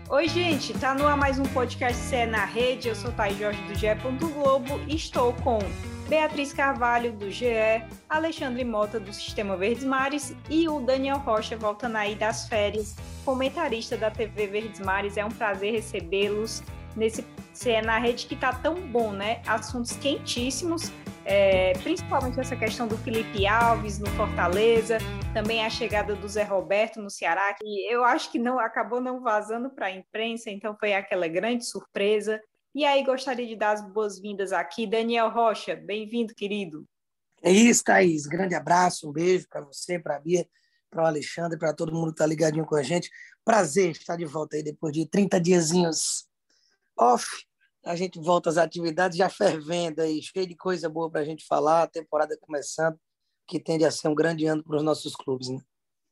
Oi, gente, tá no ar mais um podcast CE na Rede. Eu sou Thaís Jorge do GE. Globo e estou com Beatriz Carvalho do GE, Alexandre Mota do Sistema Verdes Mares e o Daniel Rocha, voltando aí das férias, comentarista da TV Verdes Mares. É um prazer recebê-los nesse CE na Rede que tá tão bom, né? Assuntos quentíssimos, principalmente essa questão do Felipe Alves no Fortaleza, também a chegada do Zé Roberto no Ceará, que eu acho que acabou não vazando para a imprensa, então foi aquela grande surpresa. E aí gostaria de dar as boas-vindas aqui. Daniel Rocha, bem-vindo, querido. É isso, Thaís. Grande abraço, um beijo para você, para a Bia, para o Alexandre, para todo mundo que está ligadinho com a gente. Prazer estar de volta aí depois de 30 diazinhos off. A gente volta às atividades já fervendo aí, cheio de coisa boa para a gente falar, a temporada começando, que tende a ser um grande ano para os nossos clubes, né?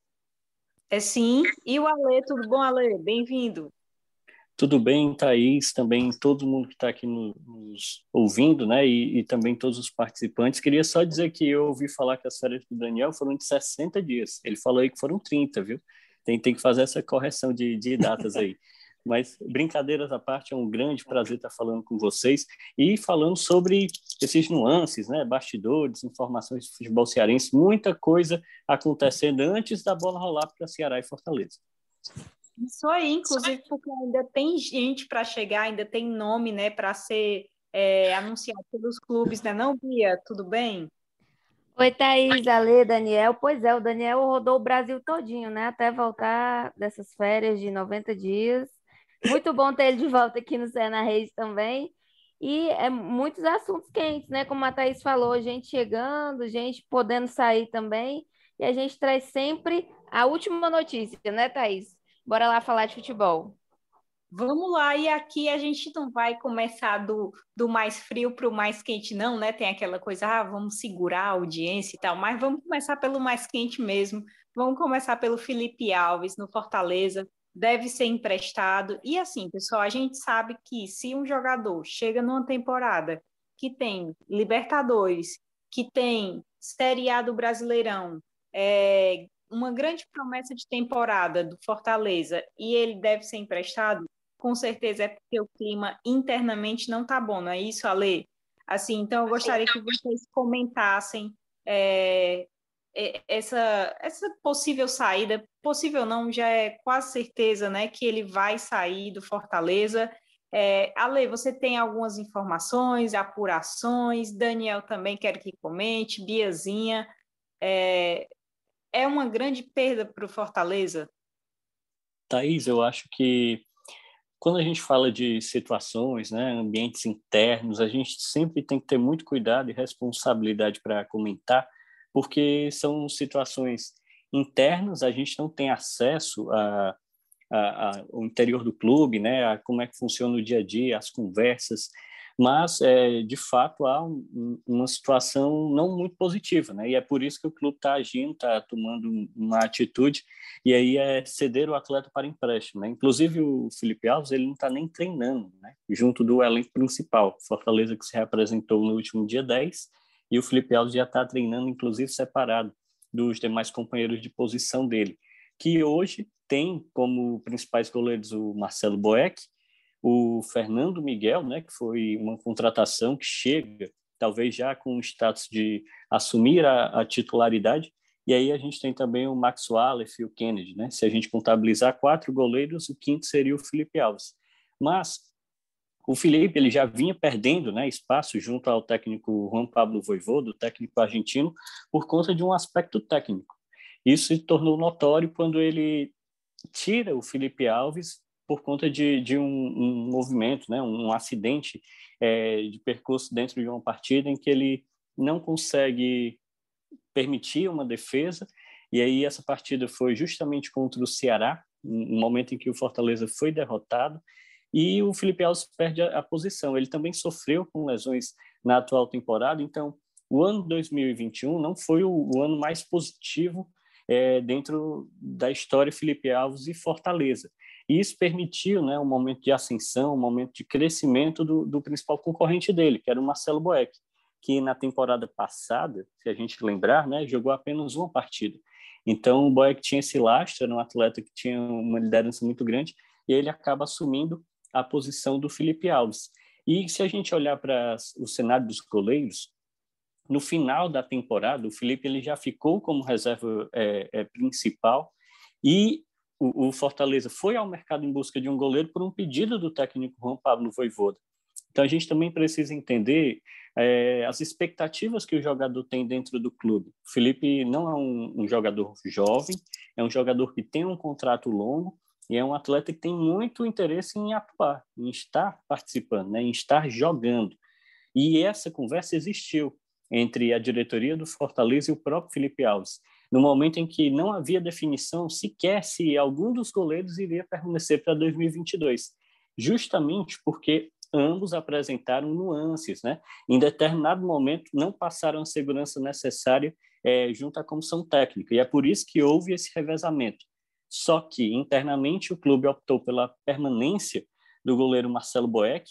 É sim. E o Ale, tudo bom, Ale? Bem-vindo. Tudo bem, Thaís, também todo mundo que está aqui nos ouvindo, né, e também todos os participantes. Queria só dizer que eu ouvi falar que as férias do Daniel foram de 60 dias. Ele falou aí que foram 30, viu? Tem que fazer essa correção de datas aí. Mas, brincadeiras à parte, é um grande prazer estar falando com vocês e falando sobre esses nuances, né, bastidores, informações do futebol cearense, muita coisa acontecendo antes da bola rolar para Ceará e Fortaleza. Isso aí, inclusive, porque ainda tem gente para chegar, ainda tem nome, né, para ser anunciado pelos clubes, né? Não, Bia? Tudo bem? Oi, Thaís, Ale, Daniel. Pois é, o Daniel rodou o Brasil todinho, né? Até voltar dessas férias de 90 dias. Muito bom ter ele de volta aqui no Cé na Rede também. E muitos assuntos quentes, né? Como a Thaís falou, gente chegando, gente podendo sair também. E a gente traz sempre a última notícia, né, Thaís? Bora lá falar de futebol. Vamos lá, e aqui a gente não vai começar do mais frio para o mais quente, não, né? Tem aquela coisa, vamos segurar a audiência e tal, mas vamos começar pelo mais quente mesmo. Vamos começar pelo Felipe Alves no Fortaleza, deve ser emprestado. E assim, pessoal, a gente sabe que se um jogador chega numa temporada que tem Libertadores, que tem Série A do Brasileirão, uma grande promessa de temporada do Fortaleza, e ele deve ser emprestado, com certeza é porque o clima internamente não está bom, não é isso, Ale? Assim, então eu gostaria que vocês comentassem essa possível saída, possível não, já é quase certeza, né, que ele vai sair do Fortaleza. Ale, você tem algumas informações, apurações, Daniel também quero que comente, Biazinha, é uma grande perda para o Fortaleza? Thaís, eu acho que quando a gente fala de situações, né, ambientes internos, a gente sempre tem que ter muito cuidado e responsabilidade para comentar, porque são situações internas, a gente não tem acesso ao interior do clube, né, a como é que funciona o dia a dia, as conversas, mas, de fato, há uma situação não muito positiva, né, e é por isso que o clube está agindo, está tomando uma atitude, e aí é ceder o atleta para empréstimo, né? Inclusive o Felipe Alves, ele não está nem treinando, né, junto do elenco principal, Fortaleza que se representou no último dia 10, e o Felipe Alves já está treinando, inclusive, separado dos demais companheiros de posição dele, que hoje tem como principais goleiros o Marcelo Boeck, o Fernando Miguel, né, que foi uma contratação que chega, talvez já com o status de assumir a titularidade, e aí a gente tem também o Max Wallace e o Kennedy, né? Se a gente contabilizar 4 goleiros, o quinto seria o Felipe Alves. Mas o Felipe ele já vinha perdendo, né, espaço junto ao técnico Juan Pablo Vojvoda, o técnico argentino, por conta de um aspecto técnico. Isso se tornou notório quando ele tira o Felipe Alves por conta de um movimento, né, um acidente de percurso dentro de uma partida em que ele não consegue permitir uma defesa, e aí essa partida foi justamente contra o Ceará, no momento em que o Fortaleza foi derrotado, e o Felipe Alves perde a posição. Ele também sofreu com lesões na atual temporada, então o ano 2021 não foi o ano mais positivo dentro da história Felipe Alves e Fortaleza. E isso permitiu, né, um momento de ascensão, um momento de crescimento do principal concorrente dele, que era o Marcelo Boeck, que na temporada passada, se a gente lembrar, né, jogou apenas uma partida. Então o Boeck tinha esse lastro, era um atleta que tinha uma liderança muito grande, e ele acaba assumindo a posição do Felipe Alves. E se a gente olhar para o cenário dos goleiros, no final da temporada, o Felipe ele já ficou como reserva principal, e o Fortaleza foi ao mercado em busca de um goleiro por um pedido do técnico Juan Pablo Vojvoda. Então, a gente também precisa entender as expectativas que o jogador tem dentro do clube. O Felipe não é um jogador jovem, é um jogador que tem um contrato longo e é um atleta que tem muito interesse em atuar, em estar participando, né, em estar jogando. E essa conversa existiu entre a diretoria do Fortaleza e o próprio Felipe Alves, no momento em que não havia definição sequer se algum dos goleiros iria permanecer para 2022, justamente porque ambos apresentaram nuances, né? Em determinado momento não passaram a segurança necessária junto à comissão técnica, e é por isso que houve esse revezamento. Só que internamente o clube optou pela permanência do goleiro Marcelo Boeck.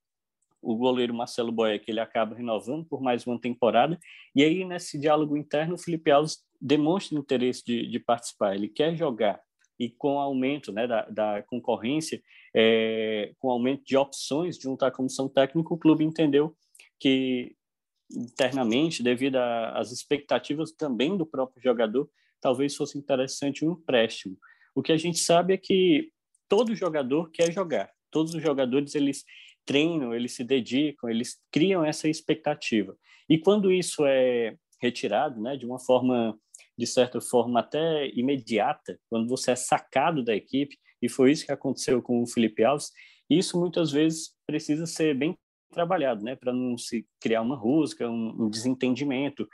O goleiro Marcelo Boeck ele acaba renovando por mais uma temporada, e aí nesse diálogo interno o Felipe Alves demonstra interesse de participar, ele quer jogar, e com o aumento, né, da concorrência, com o aumento de opções junto à comissão técnica, o clube entendeu que internamente, devido às expectativas também do próprio jogador, talvez fosse interessante um empréstimo. O que a gente sabe é que todo jogador quer jogar, todos os jogadores eles treinam, eles se dedicam, eles criam essa expectativa. E quando isso é retirado, né, de uma forma, de certa forma, até imediata, quando você é sacado da equipe, e foi isso que aconteceu com o Felipe Alves, isso muitas vezes precisa ser bem trabalhado, né, para não se criar uma rusga, um desentendimento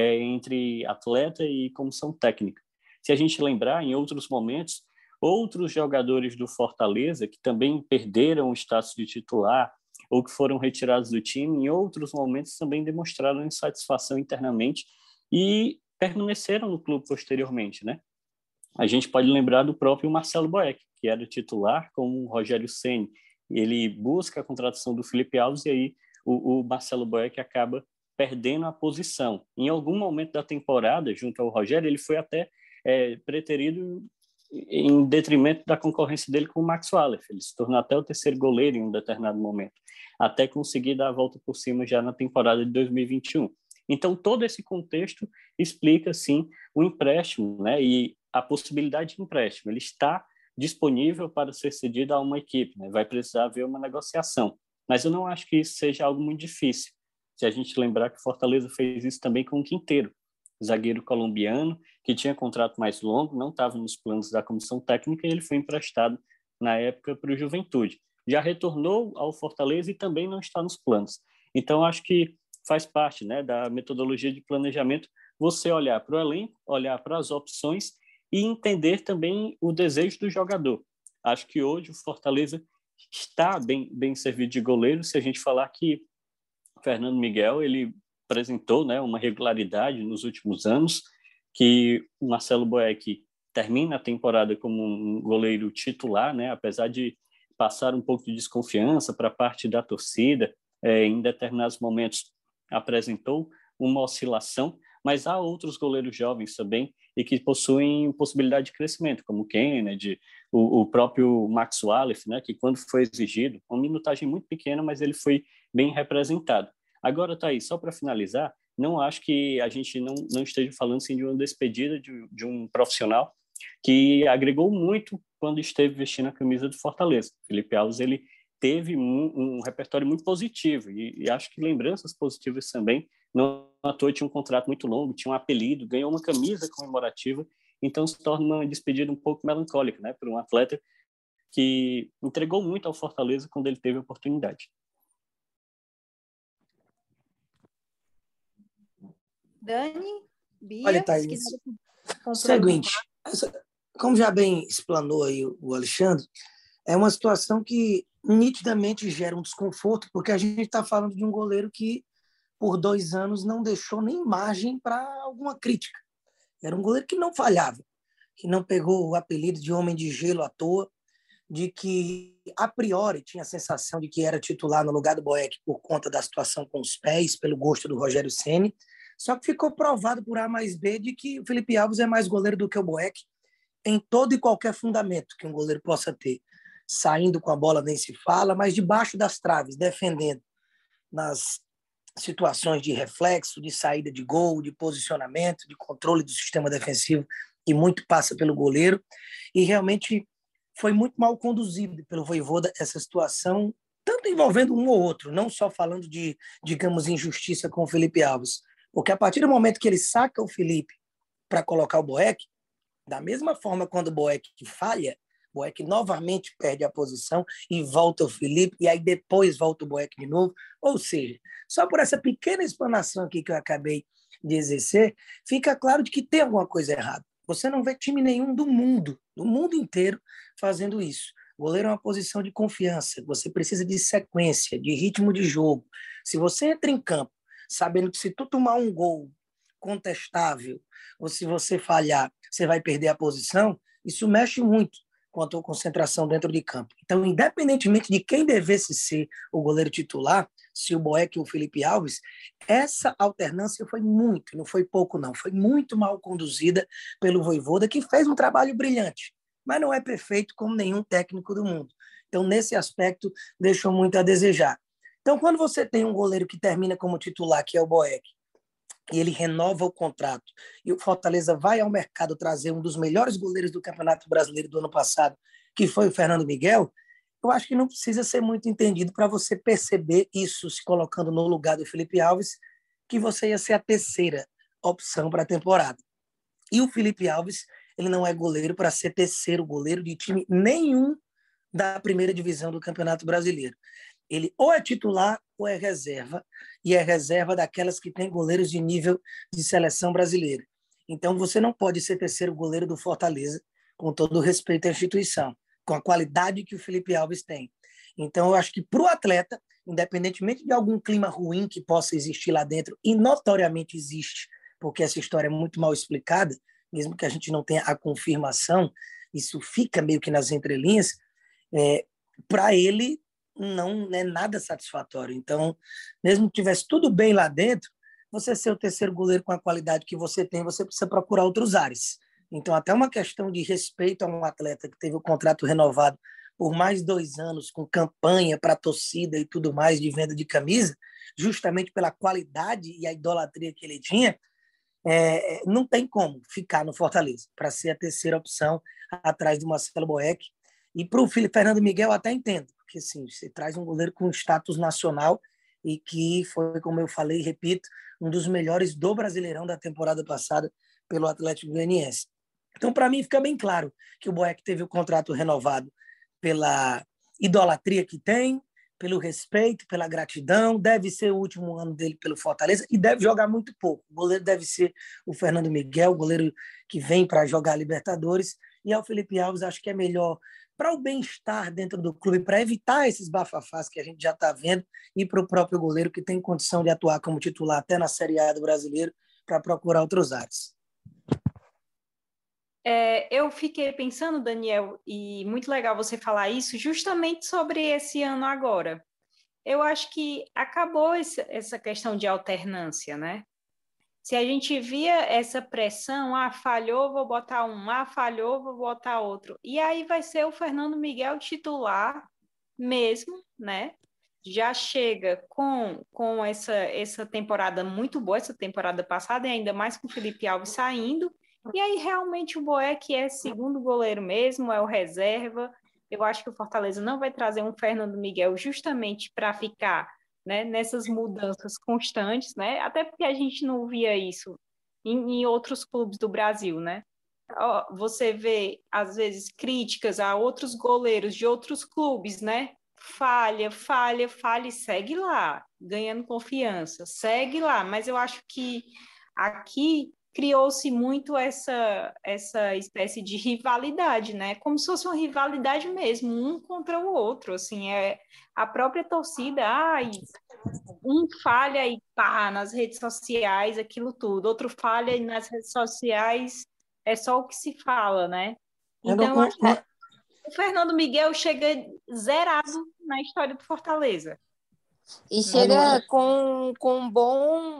entre atleta e comissão técnica. Se a gente lembrar, em outros momentos, outros jogadores do Fortaleza que também perderam o status de titular ou que foram retirados do time, em outros momentos também demonstraram insatisfação internamente e permaneceram no clube posteriormente, né? A gente pode lembrar do próprio Marcelo Boeck, que era titular com o Rogério Ceni. Ele busca a contratação do Felipe Alves e aí o Marcelo Boeck acaba perdendo a posição. Em algum momento da temporada, junto ao Rogério, ele foi até preterido em detrimento da concorrência dele com o Max Wallace. Ele se tornou até o terceiro goleiro em um determinado momento, até conseguir dar a volta por cima já na temporada de 2021. Então, todo esse contexto explica, sim, o empréstimo, né? E a possibilidade de empréstimo. Ele está disponível para ser cedido a uma equipe, né? Vai precisar haver uma negociação. Mas eu não acho que isso seja algo muito difícil. Se a gente lembrar que Fortaleza fez isso também com o Quinteiro, zagueiro colombiano, que tinha contrato mais longo, não estava nos planos da comissão técnica, e ele foi emprestado na época para o Juventude. Já retornou ao Fortaleza e também não está nos planos. Então, acho que faz parte, né, da metodologia de planejamento você olhar para o elenco, olhar para as opções e entender também o desejo do jogador. Acho que hoje o Fortaleza está bem servido de goleiro. Se a gente falar que Fernando Miguel ele apresentou, né, uma regularidade nos últimos anos, que o Marcelo Boeck termina a temporada como um goleiro titular, né, apesar de passar um pouco de desconfiança para a parte da torcida, em determinados momentos apresentou uma oscilação, mas há outros goleiros jovens também e que possuem possibilidade de crescimento, como o Kennedy, o próprio Max Wallace, né, que quando foi exigido, uma minutagem muito pequena, mas ele foi bem representado. Agora, Thaís, só para finalizar, não acho que a gente não esteja falando assim, de uma despedida de um profissional que agregou muito quando esteve vestindo a camisa do Fortaleza. Felipe Alves, ele teve um repertório muito positivo e acho que lembranças positivas também. Não à toa tinha um contrato muito longo, tinha um apelido, ganhou uma camisa comemorativa, então se torna uma despedida um pouco melancólica, né, para um atleta que entregou muito ao Fortaleza quando ele teve a oportunidade. Dani, Bia, Olha, Thaís, seguinte, como já bem explanou aí o Alexandre, é uma situação que nitidamente gera um desconforto, porque a gente está falando de um goleiro que, por 2 anos, não deixou nem margem para alguma crítica. Era um goleiro que não falhava, que não pegou o apelido de homem de gelo à toa, de que, a priori, tinha a sensação de que era titular no lugar do Boeck por conta da situação com os pés, pelo gosto do Rogério Ceni. Só que ficou provado por A mais B de que o Felipe Alves é mais goleiro do que o Boeck em todo e qualquer fundamento que um goleiro possa ter. saindo com a bola nem se fala, mas debaixo das traves, defendendo nas situações de reflexo, de saída de gol, de posicionamento, de controle do sistema defensivo, e muito passa pelo goleiro. E realmente foi muito mal conduzido pelo Vojvoda essa situação, tanto envolvendo um ou outro, não só falando de, digamos, injustiça com o Felipe Alves. Porque a partir do momento que ele saca o Felipe para colocar o Boeck, da mesma forma quando o Boeck falha, o Boeck novamente perde a posição e volta o Felipe, e aí depois volta o Boeck de novo. Ou seja, só por essa pequena explanação aqui que eu acabei de exercer, fica claro de que tem alguma coisa errada. Você não vê time nenhum do mundo inteiro, fazendo isso. O goleiro é uma posição de confiança, você precisa de sequência, de ritmo de jogo. Se você entra em campo sabendo que se tu tomar um gol contestável, ou se você falhar, você vai perder a posição, isso mexe muito com a tua concentração dentro de campo. Então, independentemente de quem devesse ser o goleiro titular, se o Boeck ou o Felipe Alves, essa alternância foi muito, não foi pouco não, foi muito mal conduzida pelo Vojvoda, que fez um trabalho brilhante, mas não é perfeito como nenhum técnico do mundo. Então, nesse aspecto, deixou muito a desejar. Então, quando você tem um goleiro que termina como titular, que é o Boeck, e ele renova o contrato, e o Fortaleza vai ao mercado trazer um dos melhores goleiros do Campeonato Brasileiro do ano passado, que foi o Fernando Miguel, eu acho que não precisa ser muito entendido para você perceber isso, se colocando no lugar do Felipe Alves, que você ia ser a terceira opção para a temporada. E o Felipe Alves, ele não é goleiro para ser terceiro goleiro de time nenhum da primeira divisão do Campeonato Brasileiro. Ele ou é titular ou é reserva, e é reserva daquelas que tem goleiros de nível de seleção brasileira. Então, você não pode ser terceiro goleiro do Fortaleza, com todo o respeito à instituição, com a qualidade que o Felipe Alves tem. Então, eu acho que para o atleta, independentemente de algum clima ruim que possa existir lá dentro, e notoriamente existe, porque essa história é muito mal explicada, mesmo que a gente não tenha a confirmação, isso fica meio que nas entrelinhas, para ele não é nada satisfatório. Então, mesmo que tivesse tudo bem lá dentro, você ser o terceiro goleiro com a qualidade que você tem, você precisa procurar outros ares. Então, até uma questão de respeito a um atleta que teve o contrato renovado por mais 2 anos, com campanha para a torcida e tudo mais de venda de camisa, justamente pela qualidade e a idolatria que ele tinha, não tem como ficar no Fortaleza para ser a terceira opção atrás do Marcelo Boeck. E para o Fernando Miguel, eu até entendo, porque assim, você traz um goleiro com status nacional e que foi, como eu falei e repito, um dos melhores do Brasileirão da temporada passada pelo Atlético Goianiense. Então, para mim, fica bem claro que o Boeck teve o contrato renovado pela idolatria que tem, pelo respeito, pela gratidão, deve ser o último ano dele pelo Fortaleza e deve jogar muito pouco. O goleiro deve ser o Fernando Miguel, o goleiro que vem para jogar a Libertadores, e ao Felipe Alves acho que é melhor para o bem-estar dentro do clube, para evitar esses bafafás que a gente já está vendo, e para o próprio goleiro que tem condição de atuar como titular até na Série A do Brasileiro, para procurar outros ares. Eu fiquei pensando, Daniel, e muito legal você falar isso, justamente sobre esse ano agora. Eu acho que acabou essa questão de alternância, né? Se a gente via essa pressão, falhou, vou botar um, falhou, vou botar outro. E aí vai ser o Fernando Miguel titular mesmo, né? Já chega com essa temporada muito boa, essa temporada passada, e ainda mais com o Felipe Alves saindo. E aí realmente o Boeck é segundo goleiro mesmo, é o reserva. Eu acho que o Fortaleza não vai trazer um Fernando Miguel justamente para ficar, né, nessas mudanças constantes, né? Até porque a gente não via isso em outros clubes do Brasil, né? Você vê, às vezes, críticas a outros goleiros de outros clubes, né? Falha e segue lá, ganhando confiança, segue lá. Mas eu acho que aqui criou-se muito essa espécie de rivalidade, né? Como se fosse uma rivalidade mesmo, um contra o outro, assim, a própria torcida, um falha e pá, nas redes sociais, aquilo tudo, outro falha e nas redes sociais é só o que se fala, né? Então, eu acho que o Fernando Miguel chega zerado na história do Fortaleza. E chega com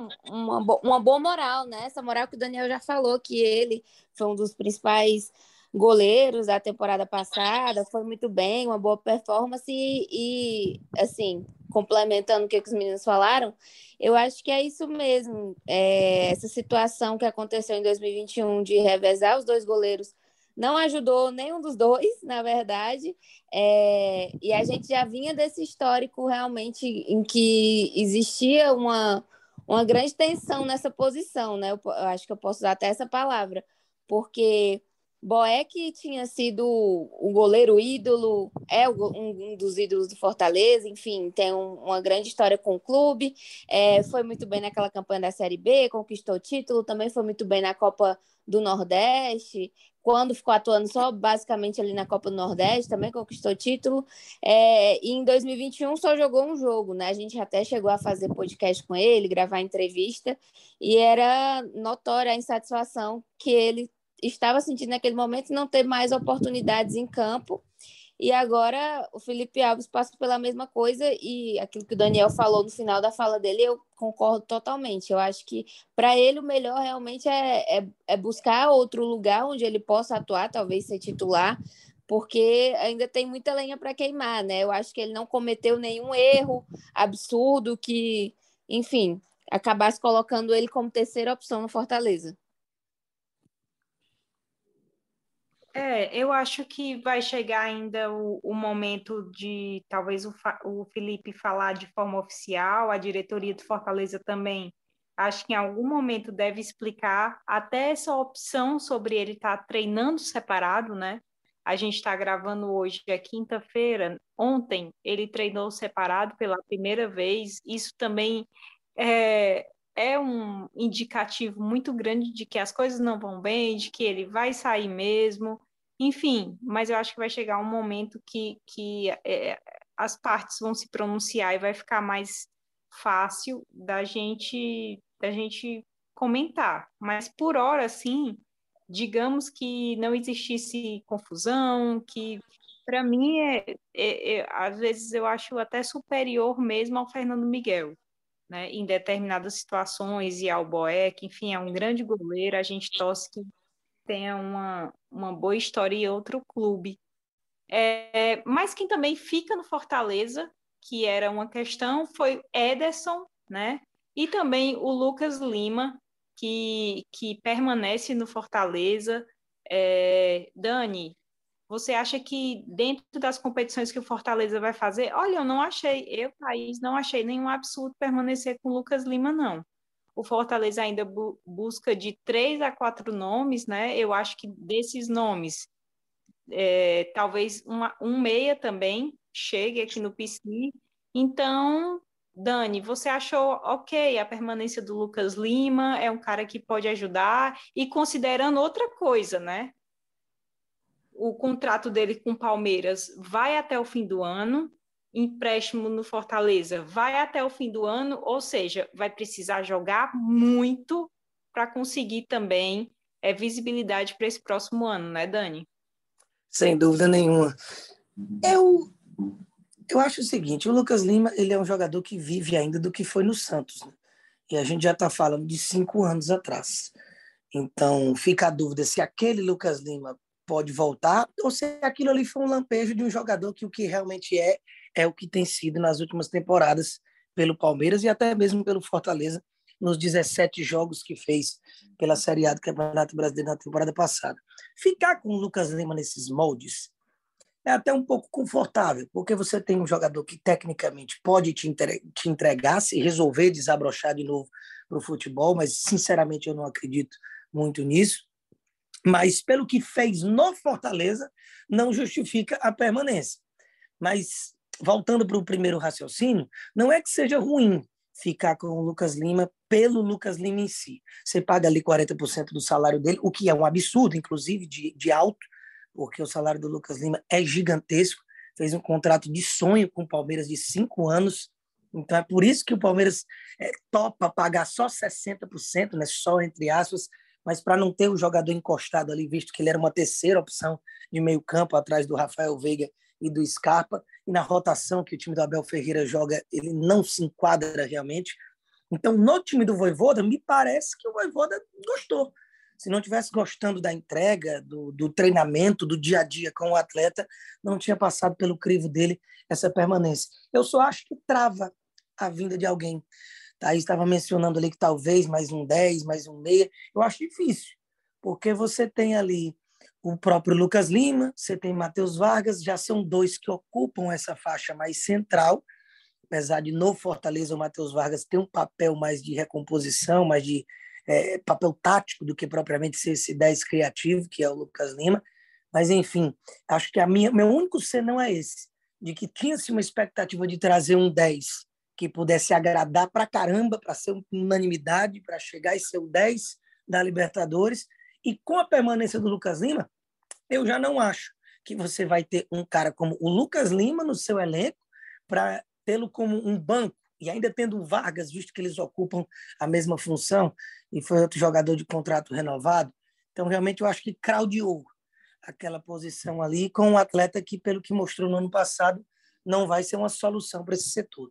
uma boa moral, né? Essa moral que o Daniel já falou, que ele foi um dos principais goleiros da temporada passada, foi muito bem, uma boa performance e assim, complementando o que os meninos falaram, eu acho que é isso mesmo. Essa situação que aconteceu em 2021 de revezar os dois goleiros não ajudou nenhum dos dois, na verdade, e a gente já vinha desse histórico realmente em que existia uma grande tensão nessa posição, né? Eu acho que eu posso usar até essa palavra, porque Boeck tinha sido o goleiro ídolo, um dos ídolos do Fortaleza, enfim, tem uma grande história com o clube, foi muito bem naquela campanha da Série B, conquistou o título, também foi muito bem na Copa do Nordeste, quando ficou atuando só basicamente ali na Copa do Nordeste, também conquistou o título, e em 2021 só jogou um jogo, né? A gente até chegou a fazer podcast com ele, gravar entrevista, e era notória a insatisfação que ele estava sentindo naquele momento não ter mais oportunidades em campo. E agora o Felipe Alves passa pela mesma coisa e aquilo que o Daniel falou no final da fala dele, eu concordo totalmente. Eu acho que para ele o melhor realmente é buscar outro lugar onde ele possa atuar, talvez ser titular, porque ainda tem muita lenha para queimar, né? Eu acho que ele não cometeu nenhum erro absurdo que, enfim, acabasse colocando ele como terceira opção no Fortaleza. Eu acho que vai chegar ainda o momento de talvez o Felipe falar de forma oficial, a diretoria do Fortaleza também. Acho que em algum momento deve explicar até essa opção sobre ele estar treinando separado, né? A gente está gravando hoje, é quinta-feira. Ontem ele treinou separado pela primeira vez. Isso também é um indicativo muito grande de que as coisas não vão bem, de que ele vai sair mesmo. Enfim, mas eu acho que vai chegar um momento que as partes vão se pronunciar e vai ficar mais fácil da gente comentar. Mas por hora, sim, digamos que não existisse confusão, que para mim às vezes eu acho até superior mesmo ao Fernando Miguel, né? Em determinadas situações e ao Boeck, enfim, é um grande goleiro, a gente torce que tenha uma boa história em outro clube. Mas quem também fica no Fortaleza, que era uma questão, foi Ederson, né? E também o Lucas Lima, que permanece no Fortaleza. Dani, você acha que dentro das competições que o Fortaleza vai fazer, olha, Thaís, não achei nenhum absurdo permanecer com o Lucas Lima, não. O Fortaleza ainda busca de 3 a 4 nomes, né? Eu acho que desses nomes, talvez um meia também chegue aqui no PC. Então, Dani, você achou ok a permanência do Lucas Lima? É um cara que pode ajudar? E considerando outra coisa, né? O contrato dele com o Palmeiras vai até o fim do ano, empréstimo no Fortaleza vai até o fim do ano, ou seja, vai precisar jogar muito para conseguir também visibilidade para esse próximo ano, né, Dani? Sem dúvida nenhuma. Eu, eu acho o seguinte, o Lucas Lima ele é um jogador que vive ainda do que foi no Santos, né? E a gente já está falando de 5 anos atrás. Então, fica a dúvida se aquele Lucas Lima pode voltar ou se aquilo ali foi um lampejo de um jogador que o que realmente é o que tem sido nas últimas temporadas pelo Palmeiras e até mesmo pelo Fortaleza nos 17 jogos que fez pela Série A do Campeonato Brasileiro na temporada passada. Ficar com o Lucas Lima nesses moldes é até um pouco confortável, porque você tem um jogador que tecnicamente pode te entregar, se resolver desabrochar de novo para o futebol, mas sinceramente eu não acredito muito nisso. Mas pelo que fez no Fortaleza, não justifica a permanência. Mas voltando para o primeiro raciocínio, não é que seja ruim ficar com o Lucas Lima pelo Lucas Lima em si. Você paga ali 40% do salário dele, o que é um absurdo, inclusive, de alto, porque o salário do Lucas Lima é gigantesco, fez um contrato de sonho com o Palmeiras de 5 anos, então é por isso que o Palmeiras topa pagar só 60%, né, só entre aspas, mas para não ter o jogador encostado ali, visto que ele era uma terceira opção de meio campo, atrás do Rafael Veiga e do Scarpa, e na rotação que o time do Abel Ferreira joga, ele não se enquadra realmente. Então, no time do Vojvoda, me parece que o Vojvoda gostou Se não tivesse gostando da entrega, do treinamento, do dia a dia com o atleta, não tinha passado pelo crivo dele essa permanência. Eu só acho que trava a vinda de alguém. Thaís estava mencionando ali que talvez mais um 10, mais um meia. Eu acho difícil, porque você tem ali o próprio Lucas Lima, você tem Matheus Vargas, já são dois que ocupam essa faixa mais central, apesar de no Fortaleza o Matheus Vargas ter um papel mais de recomposição, mais de papel tático do que propriamente ser esse 10 criativo, que é o Lucas Lima. Mas, enfim, acho que meu único senão é esse, de que tinha-se uma expectativa de trazer um 10 que pudesse agradar para caramba, para ser unanimidade, para chegar e ser o 10 da Libertadores. E com a permanência do Lucas Lima, eu já não acho que você vai ter um cara como o Lucas Lima no seu elenco para tê-lo como um banco, e ainda tendo o Vargas, visto que eles ocupam a mesma função, e foi outro jogador de contrato renovado. Então, realmente, eu acho que craudiou aquela posição ali com um atleta que, pelo que mostrou no ano passado, não vai ser uma solução para esse setor.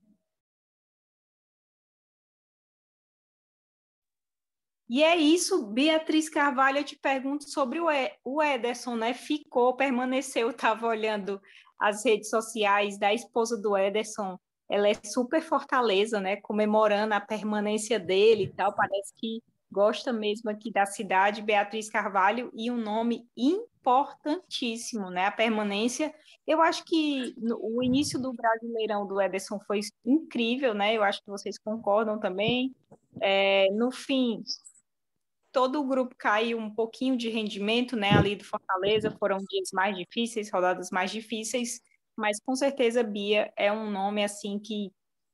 E é isso, Beatriz Carvalho, eu te pergunto sobre o Ederson, né? Permaneceu, estava olhando as redes sociais da esposa do Ederson, ela é super Fortaleza, né? Comemorando a permanência dele e tal, parece que gosta mesmo aqui da cidade, Beatriz Carvalho, e um nome importantíssimo, né? A permanência. Eu acho que o início do Brasileirão do Ederson foi incrível, né? Eu acho que vocês concordam também. No fim, todo o grupo caiu um pouquinho de rendimento, né? Ali do Fortaleza foram dias mais difíceis, rodadas mais difíceis, mas com certeza Bia é um nome assim que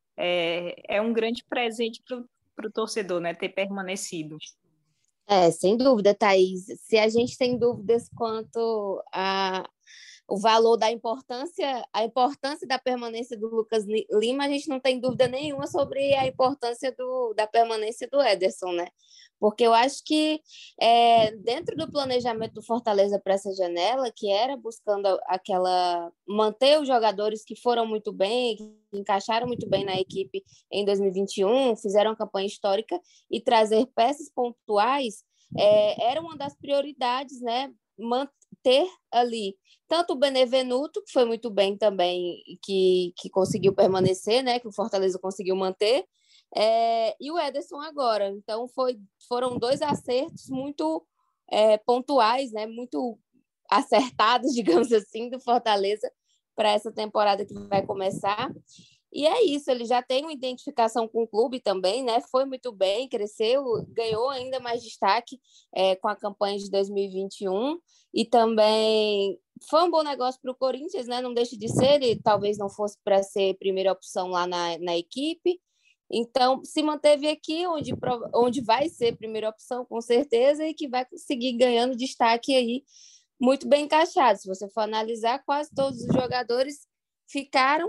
é um grande presente para o torcedor, né? Ter permanecido. Sem dúvida, Thaís. Se a gente tem dúvidas quanto o valor da importância, a importância da permanência do Lucas Lima, a gente não tem dúvida nenhuma sobre a importância da permanência do Ederson, né? Porque eu acho que dentro do planejamento do Fortaleza para essa janela, que era buscando manter os jogadores que foram muito bem, que encaixaram muito bem na equipe em 2021, fizeram uma campanha histórica e trazer peças pontuais, era uma das prioridades, né? Manter ali tanto o Benevenuto, que foi muito bem também, que conseguiu permanecer, né? Que o Fortaleza conseguiu manter, e o Ederson agora. Então, foram dois acertos muito pontuais, né? Muito acertados, digamos assim, do Fortaleza para essa temporada que vai começar. E é isso, ele já tem uma identificação com o clube também, né? Foi muito bem, cresceu, ganhou ainda mais destaque com a campanha de 2021 e também foi um bom negócio para o Corinthians, né? Não deixa de ser, ele talvez não fosse para ser primeira opção lá na equipe. Então, se manteve aqui, onde vai ser primeira opção, com certeza, e que vai conseguir ganhando destaque aí, muito bem encaixado. Se você for analisar, quase todos os jogadores ficaram,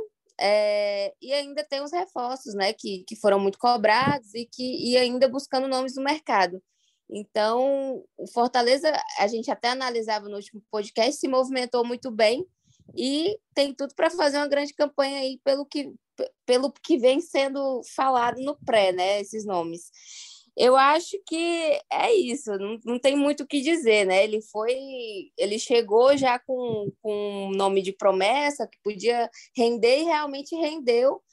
e ainda tem os reforços, né, que foram muito cobrados e ainda buscando nomes no mercado. Então, o Fortaleza, a gente até analisava no último podcast, se movimentou muito bem e tem tudo para fazer uma grande campanha aí pelo que vem sendo falado no pré, né, esses nomes. Eu acho que é isso, não tem muito o que dizer, né? Ele chegou já com um nome de promessa que podia render e realmente rendeu.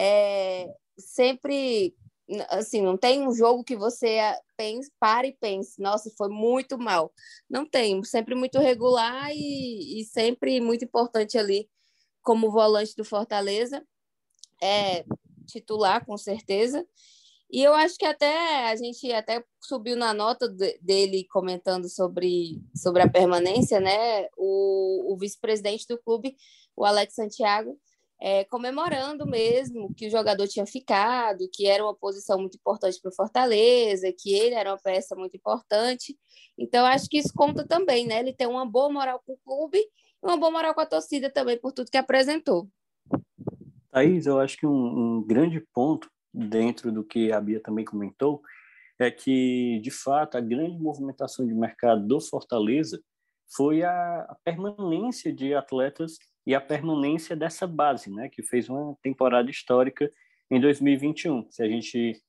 Sempre, assim, não tem um jogo que você pare e pense, nossa, foi muito mal. Não tem, sempre muito regular e sempre muito importante ali como volante do Fortaleza, titular, com certeza. E eu acho que a gente até subiu na nota dele comentando sobre a permanência, né? O vice-presidente do clube, o Alex Santiago, comemorando mesmo que o jogador tinha ficado, que era uma posição muito importante para o Fortaleza, que ele era uma peça muito importante. Então, acho que isso conta também, né? Ele tem uma boa moral com o clube e uma boa moral com a torcida também, por tudo que apresentou. Thaís, eu acho que um grande ponto dentro do que a Bia também comentou é que, de fato, a grande movimentação de mercado do Fortaleza foi a permanência de atletas e a permanência dessa base, né, que fez uma temporada histórica em 2021. Se a gente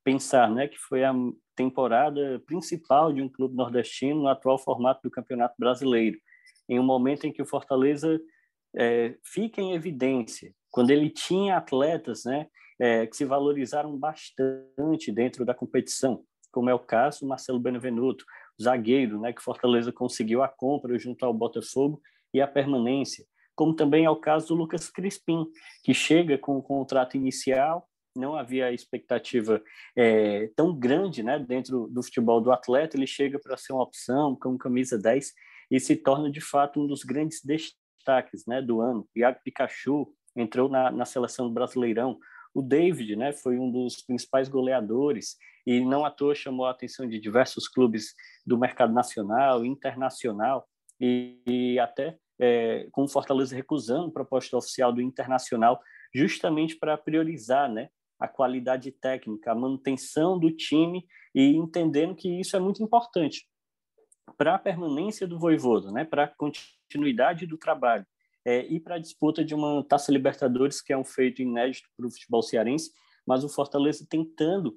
pensar, né, que foi a temporada principal de um clube nordestino no atual formato do Campeonato Brasileiro, em um momento em que o Fortaleza fica em evidência, quando ele tinha atletas, né, que se valorizaram bastante dentro da competição, como é o caso do Marcelo Benevenuto, zagueiro, né, que Fortaleza conseguiu a compra junto ao Botafogo e a permanência, como também é o caso do Lucas Crispim, que chega com o contrato inicial, não havia expectativa tão grande, né, dentro do futebol do atleta, ele chega para ser uma opção como camisa 10 e se torna, de fato, um dos grandes destaques, né, do ano. Iago Pikachu entrou na seleção do Brasileirão, o David, né, foi um dos principais goleadores e não à toa chamou a atenção de diversos clubes do mercado nacional, internacional e até com o Fortaleza recusando proposta oficial do Internacional justamente para priorizar, né, a qualidade técnica, a manutenção do time e entendendo que isso é muito importante para a permanência do Vojvoda, né, para a continuidade do trabalho e para a disputa de uma Taça Libertadores, que é um feito inédito para o futebol cearense, mas o Fortaleza tentando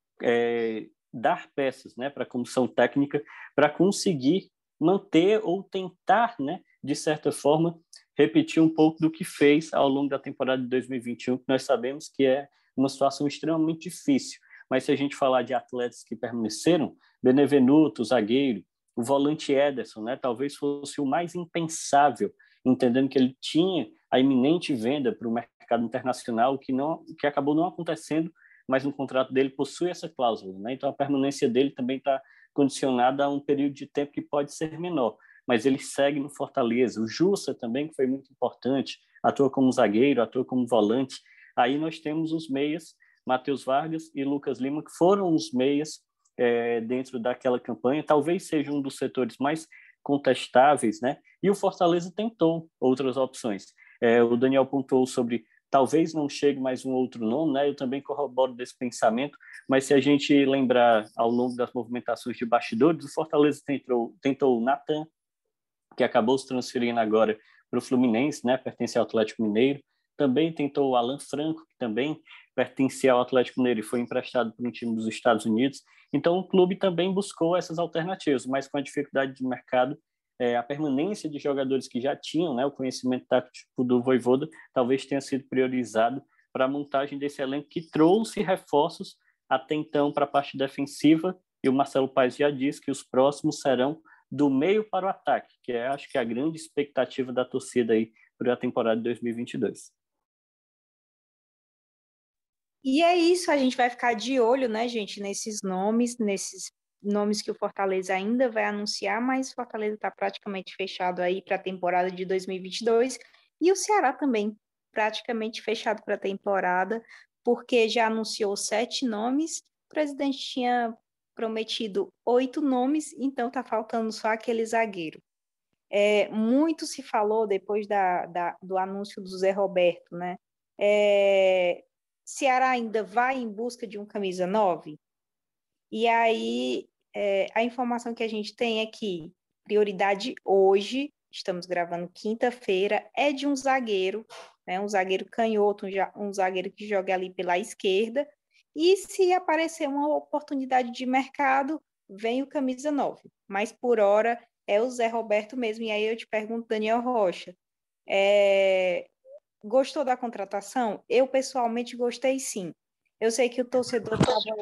dar peças, né, para a comissão técnica para conseguir manter ou tentar, né, de certa forma, repetir um pouco do que fez ao longo da temporada de 2021, que nós sabemos que é uma situação extremamente difícil. Mas se a gente falar de atletas que permaneceram, Benevenuto, zagueiro, o volante Ederson, né, talvez fosse o mais impensável, entendendo que ele tinha a iminente venda para o mercado internacional, que acabou não acontecendo, mas no contrato dele possui essa cláusula, né? Então a permanência dele também está condicionada a um período de tempo que pode ser menor, mas ele segue no Fortaleza. O Jussa também, que foi muito importante, atua como zagueiro, atua como volante. Aí nós temos os meias, Matheus Vargas e Lucas Lima, que foram os meias dentro daquela campanha, talvez seja um dos setores mais contestáveis, né? E o Fortaleza tentou outras opções. O Daniel pontuou sobre talvez não chegue mais um outro nome, né? Eu também corroboro desse pensamento, mas se a gente lembrar ao longo das movimentações de bastidores, o Fortaleza tentou o Natan, que acabou se transferindo agora para o Fluminense, né? Pertence ao Atlético Mineiro. Também tentou o Alan Franco, que também pertencia ao Atlético Mineiro e foi emprestado para um time dos Estados Unidos. Então, o clube também buscou essas alternativas, mas com a dificuldade de mercado, a permanência de jogadores que já tinham, né, o conhecimento tático do Vojvoda, talvez tenha sido priorizado para a montagem desse elenco que trouxe reforços até então para a parte defensiva, e o Marcelo Paes já disse que os próximos serão do meio para o ataque, que acho que é a grande expectativa da torcida aí para a temporada de 2022. E é isso, a gente vai ficar de olho, né, gente, nesses nomes que o Fortaleza ainda vai anunciar, mas o Fortaleza está praticamente fechado aí para a temporada de 2022 e o Ceará também praticamente fechado para a temporada, porque já anunciou 7 nomes, o presidente tinha prometido 8 nomes, então está faltando só aquele zagueiro. Muito se falou depois do anúncio do Zé Roberto, né? Ceará ainda vai em busca de um camisa 9? E aí, a informação que a gente tem é que prioridade hoje, estamos gravando quinta-feira, é de um zagueiro, né, um zagueiro canhoto, um zagueiro que joga ali pela esquerda, e se aparecer uma oportunidade de mercado, vem o camisa 9. Mas por hora é o Zé Roberto mesmo. E aí eu te pergunto, Daniel Rocha, gostou da contratação? Eu, pessoalmente, gostei sim. Eu sei que o torcedor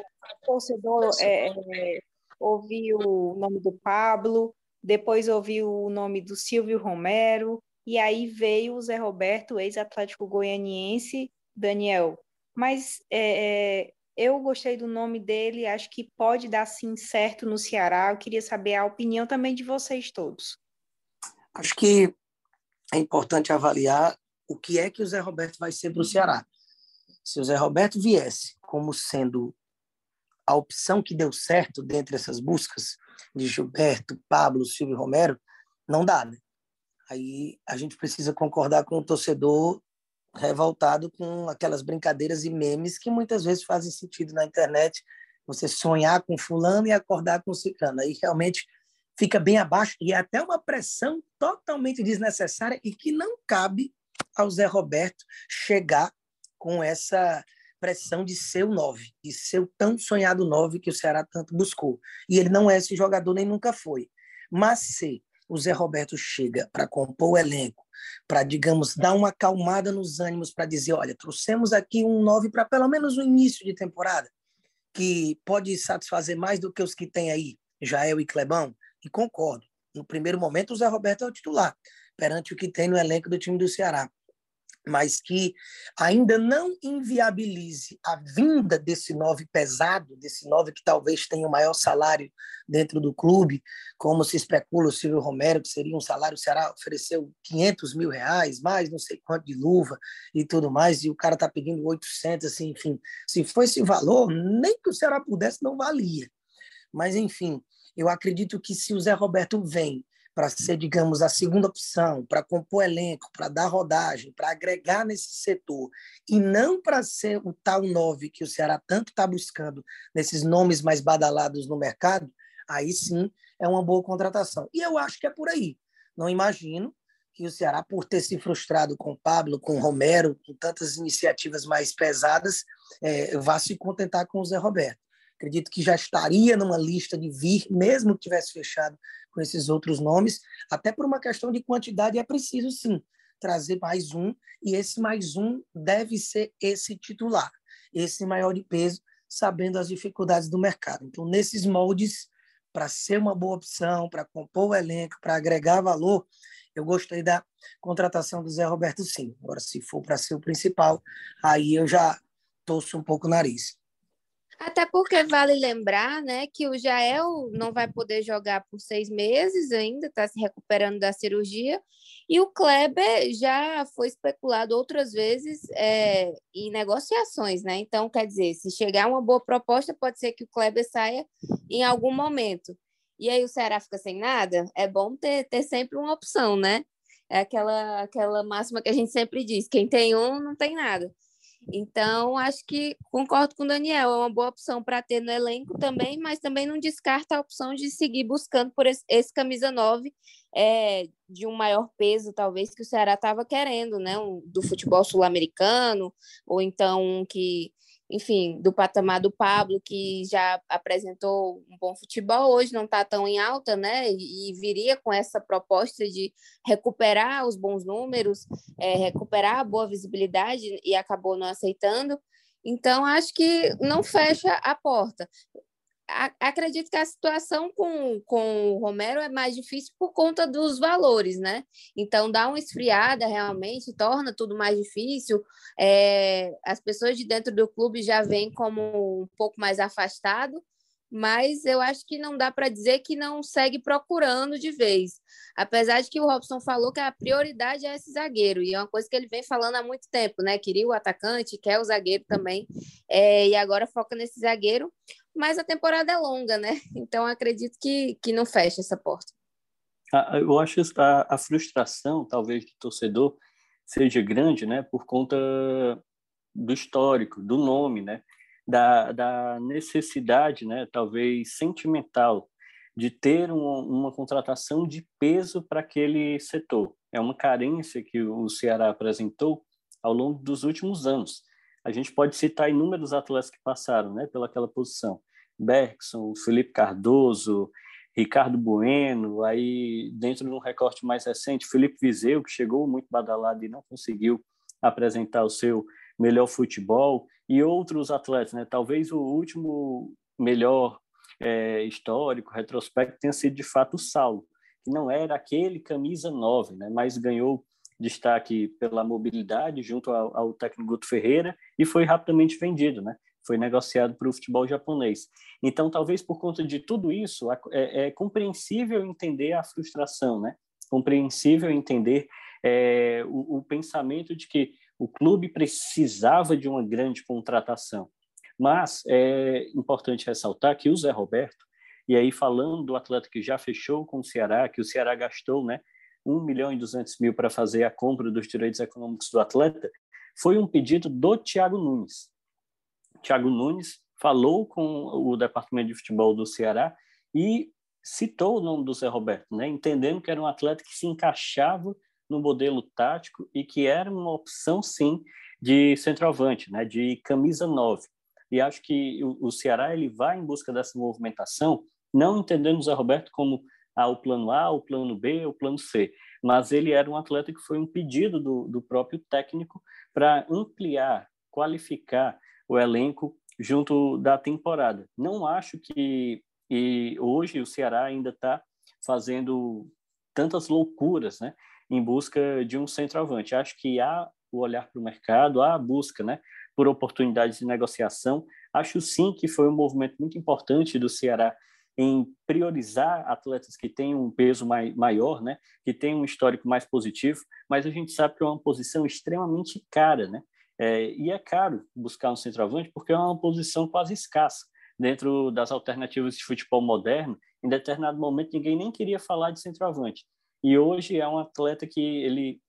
ouviu o nome do Pablo, depois ouviu o nome do Silvio Romero, e aí veio o Zé Roberto, ex-Atlético Goianiense, Daniel. Mas eu gostei do nome dele, acho que pode dar sim certo no Ceará. Eu queria saber a opinião também de vocês todos. Acho que é importante avaliar o que é que o Zé Roberto vai ser para o Ceará. Se o Zé Roberto viesse como sendo a opção que deu certo dentre essas buscas de Gilberto, Pablo, Silvio Romero, não dá, né? Aí a gente precisa concordar com o torcedor revoltado com aquelas brincadeiras e memes que muitas vezes fazem sentido na internet, você sonhar com fulano e acordar com ciclano. Aí realmente fica bem abaixo e é até uma pressão totalmente desnecessária e que não cabe ao Zé Roberto chegar com essa pressão de ser o 9, de ser o tão sonhado 9 que o Ceará tanto buscou. E ele não é esse jogador, nem nunca foi. Mas se o Zé Roberto chega para compor o elenco, para, digamos, dar uma acalmada nos ânimos, para dizer, olha, trouxemos aqui um 9 para pelo menos o início de temporada, que pode satisfazer mais do que os que tem aí, Jael e Clebão, e concordo. No primeiro momento, o Zé Roberto é o titular, perante o que tem no elenco do time do Ceará, mas que ainda não inviabilize a vinda desse 9 pesado, desse 9 que talvez tenha o maior salário dentro do clube, como se especula o Silvio Romero, que seria um salário, o Ceará ofereceu 500 mil reais, mais não sei quanto de luva e tudo mais, e o cara está pedindo 800, assim, enfim, se for esse valor, nem que o Ceará pudesse, não valia. Mas, enfim, eu acredito que se o Zé Roberto vem para ser, digamos, a segunda opção, para compor elenco, para dar rodagem, para agregar nesse setor, e não para ser o tal 9 que o Ceará tanto está buscando nesses nomes mais badalados no mercado, aí sim é uma boa contratação. E eu acho que é por aí. Não imagino que o Ceará, por ter se frustrado com o Pablo, com o Romero, com tantas iniciativas mais pesadas, vá se contentar com o Zé Roberto. Acredito que já estaria numa lista de vir, mesmo que tivesse fechado com esses outros nomes, até por uma questão de quantidade é preciso, sim, trazer mais um, e esse mais um deve ser esse titular, esse maior de peso, sabendo as dificuldades do mercado. Então, nesses moldes, para ser uma boa opção, para compor o elenco, para agregar valor, eu gostei da contratação do Zé Roberto, sim. Agora, se for para ser o principal, aí eu já torço um pouco o nariz. Até porque vale lembrar, né, que o Jael não vai poder jogar por 6 meses ainda, está se recuperando da cirurgia, e o Kleber já foi especulado outras vezes em negociações, né? Então, quer dizer, se chegar uma boa proposta, pode ser que o Kleber saia em algum momento. E aí o Ceará fica sem nada? É bom ter sempre uma opção, né? É aquela máxima que a gente sempre diz: quem tem um, não tem nada. Então, acho que concordo com o Daniel, é uma boa opção para ter no elenco também, mas também não descarta a opção de seguir buscando por esse camisa 9 de um maior peso, talvez, que o Ceará estava querendo, né? Do futebol sul-americano, ou então um que, enfim, do patamar do Pablo, que já apresentou um bom futebol, hoje não está tão em alta, né? E viria com essa proposta de recuperar os bons números, recuperar a boa visibilidade, e acabou não aceitando. Então, acho que não fecha a porta. Acredito que a situação com o Romero é mais difícil por conta dos valores, né? Então, dá uma esfriada realmente, torna tudo mais difícil. As pessoas de dentro do clube já veem como um pouco mais afastado, mas eu acho que não dá para dizer que não segue procurando de vez. Apesar de que o Robson falou que a prioridade é esse zagueiro, e é uma coisa que ele vem falando há muito tempo, né? Queria o atacante, quer o zagueiro também, e agora foca nesse zagueiro, mas a temporada é longa, né? Então acredito que não fecha essa porta. Eu acho que a frustração, talvez, do torcedor seja grande, né? Por conta do histórico, do nome, né? Da necessidade, né? Talvez sentimental, de ter uma contratação de peso para aquele setor. É uma carência que o Ceará apresentou ao longo dos últimos anos. A gente pode citar inúmeros atletas que passaram, né, pelaquela posição. Bergson, Felipe Cardoso, Ricardo Bueno, aí dentro de um recorte mais recente, Felipe Viseu, que chegou muito badalado e não conseguiu apresentar o seu melhor futebol, e outros atletas, né? Talvez o último melhor histórico, retrospecto, tenha sido de fato o Saulo, que não era aquele camisa 9, né? Mas ganhou destaque pela mobilidade junto ao técnico Guto Ferreira e foi rapidamente vendido, né? Foi negociado para o futebol japonês. Então, talvez por conta de tudo isso, é compreensível entender a frustração, né? Compreensível entender o pensamento de que o clube precisava de uma grande contratação. Mas é importante ressaltar que o Zé Roberto, e aí falando do atleta que já fechou com o Ceará, que o Ceará gastou, né, 1.200.000 para fazer a compra dos direitos econômicos do atleta, foi um pedido do Thiago Nunes. Thiago Nunes falou com o departamento de futebol do Ceará e citou o nome do Zé Roberto, né, entendendo que era um atleta que se encaixava no modelo tático e que era uma opção, sim, de centroavante, né, de camisa 9. E acho que o Ceará ele vai em busca dessa movimentação, não entendendo o Zé Roberto como o plano A, o plano B, o plano C, mas ele era um atleta que foi um pedido do próprio técnico para ampliar, qualificar o elenco junto da temporada. Não acho que hoje o Ceará ainda está fazendo tantas loucuras, né, em busca de um centroavante. Acho que há o olhar para o mercado, há a busca, né, por oportunidades de negociação. Acho sim que foi um movimento muito importante do Ceará em priorizar atletas que têm um peso maior, né, que têm um histórico mais positivo, mas a gente sabe que é uma posição extremamente cara, né? E é caro buscar um centroavante porque é uma posição quase escassa dentro das alternativas de futebol moderno. Em determinado momento, ninguém nem queria falar de centroavante. E hoje é um atleta que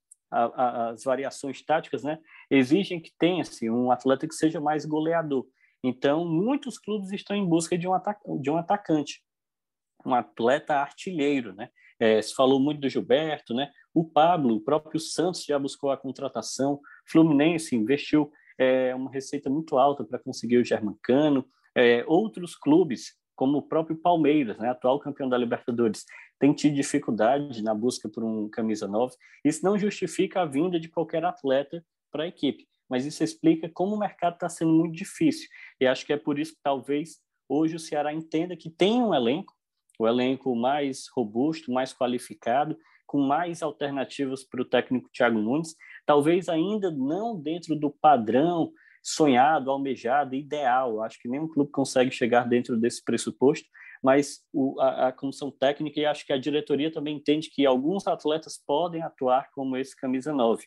as variações táticas, né, exigem que tenha assim, um atleta que seja mais goleador. Então, muitos clubes estão em busca de um atacante, um atleta artilheiro, né? Se falou muito do Gilberto, né? O Pablo, o próprio Santos já buscou a contratação, Fluminense investiu uma receita muito alta para conseguir o Germancano, outros clubes, como o próprio Palmeiras, né? Atual campeão da Libertadores, tem tido dificuldade na busca por um camisa 9. Isso não justifica a vinda de qualquer atleta para a equipe, mas isso explica como o mercado está sendo muito difícil. E acho que é por isso que talvez hoje o Ceará entenda que tem um elenco, o elenco mais robusto, mais qualificado, com mais alternativas para o técnico Thiago Nunes, talvez ainda não dentro do padrão sonhado, almejado, ideal. Acho que nenhum clube consegue chegar dentro desse pressuposto, mas a comissão técnica e acho que a diretoria também entende que alguns atletas podem atuar como esse camisa 9.